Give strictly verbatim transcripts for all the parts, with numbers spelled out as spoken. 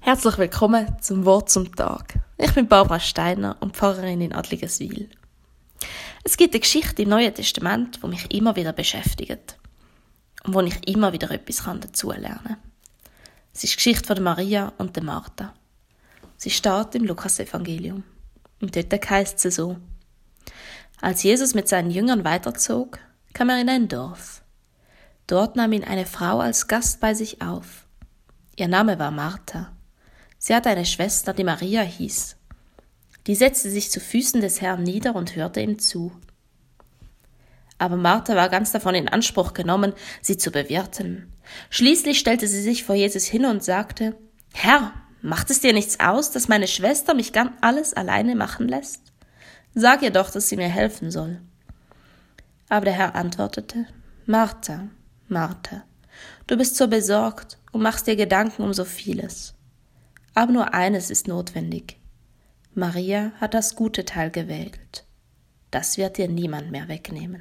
Herzlich willkommen zum Wort zum Tag. Ich bin Barbara Steiner und Pfarrerin in Adligeswil. Es gibt eine Geschichte im Neuen Testament, die mich immer wieder beschäftigt und wo ich immer wieder etwas dazulernen kann. Es ist die Geschichte von Maria und der Martha. Sie steht im Lukas-Evangelium. Und dort heisst es so: Als Jesus mit seinen Jüngern weiterzog, kam er in ein Dorf. Dort nahm ihn eine Frau als Gast bei sich auf. Ihr Name war Martha. Sie hatte eine Schwester, die Maria hieß. Die setzte sich zu Füßen des Herrn nieder und hörte ihm zu. Aber Martha war ganz davon in Anspruch genommen, sie zu bewirten. Schließlich stellte sie sich vor Jesus hin und sagte: Herr, macht es dir nichts aus, dass meine Schwester mich ganz alles alleine machen lässt? Sag ihr doch, dass sie mir helfen soll. Aber der Herr antwortete: Martha, Martha, du bist so besorgt und machst dir Gedanken um so vieles. Aber nur eines ist notwendig. Maria hat das gute Teil gewählt. Das wird dir niemand mehr wegnehmen.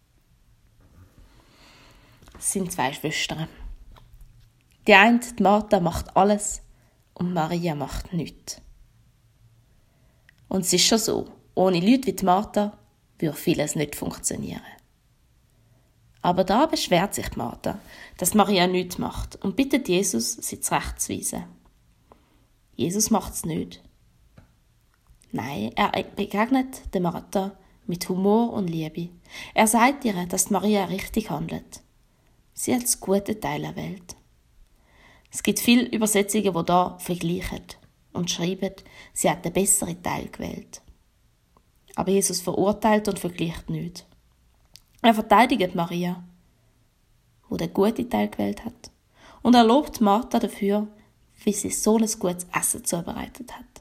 Es sind zwei Schwestern. Die eine, die Martha, macht alles und Maria macht nichts. Und es ist schon so, ohne Leute wie die Martha würde vieles nicht funktionieren. Aber da beschwert sich die Martha, dass Maria nichts macht und bittet Jesus, sie zurechtzuweisen. Jesus macht es nicht. Nein, er begegnet der Martha mit Humor und Liebe. Er sagt ihr, dass Maria richtig handelt. Sie hat das gute Teil erwählt. Es gibt viele Übersetzungen, die da vergleichen und schreiben, sie hat den besseren Teil gewählt. Aber Jesus verurteilt und vergleicht nicht. Er verteidigt Maria, die den guten Teil gewählt hat, und er lobt Martha dafür, wie sie so ein gutes Essen zubereitet hat.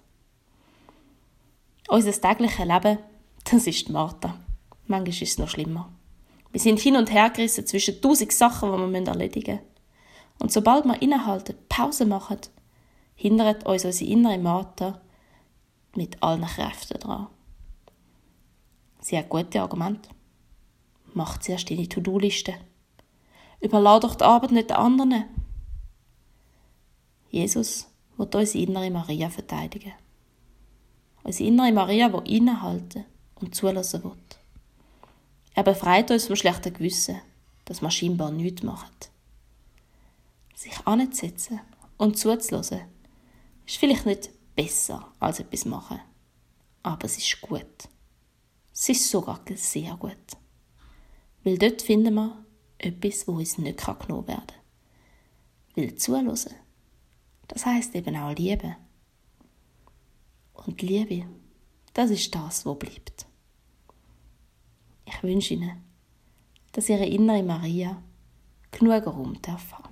Unser tägliches Leben, das ist die Martha. Manchmal ist es noch schlimmer. Wir sind hin und her gerissen zwischen tausend Sachen, die wir erledigen müssen. Und sobald wir innehalten, Pause machen, hindert uns unsere innere Martha mit allen Kräften dran. Sie hat gute Argumente. Macht zuerst deine To-Do-Liste. Überlass doch die Arbeit nicht den anderen. Jesus will unsere innere Maria verteidigen. Unsere innere Maria, die innehalten und zulassen will. Er befreit uns vom schlechten Gewissen, dass wir scheinbar nichts machen. Sich anzusetzen und zuzulassen, ist vielleicht nicht besser als etwas machen. Aber es ist gut. Es ist sogar sehr gut. Weil dort finden wir etwas, wo uns nicht genommen werden kann. Weil zulassen, das heisst eben auch Liebe. Und Liebe, das ist das, was bleibt. Ich wünsche Ihnen, dass Ihre innere Maria genug Raum darf haben.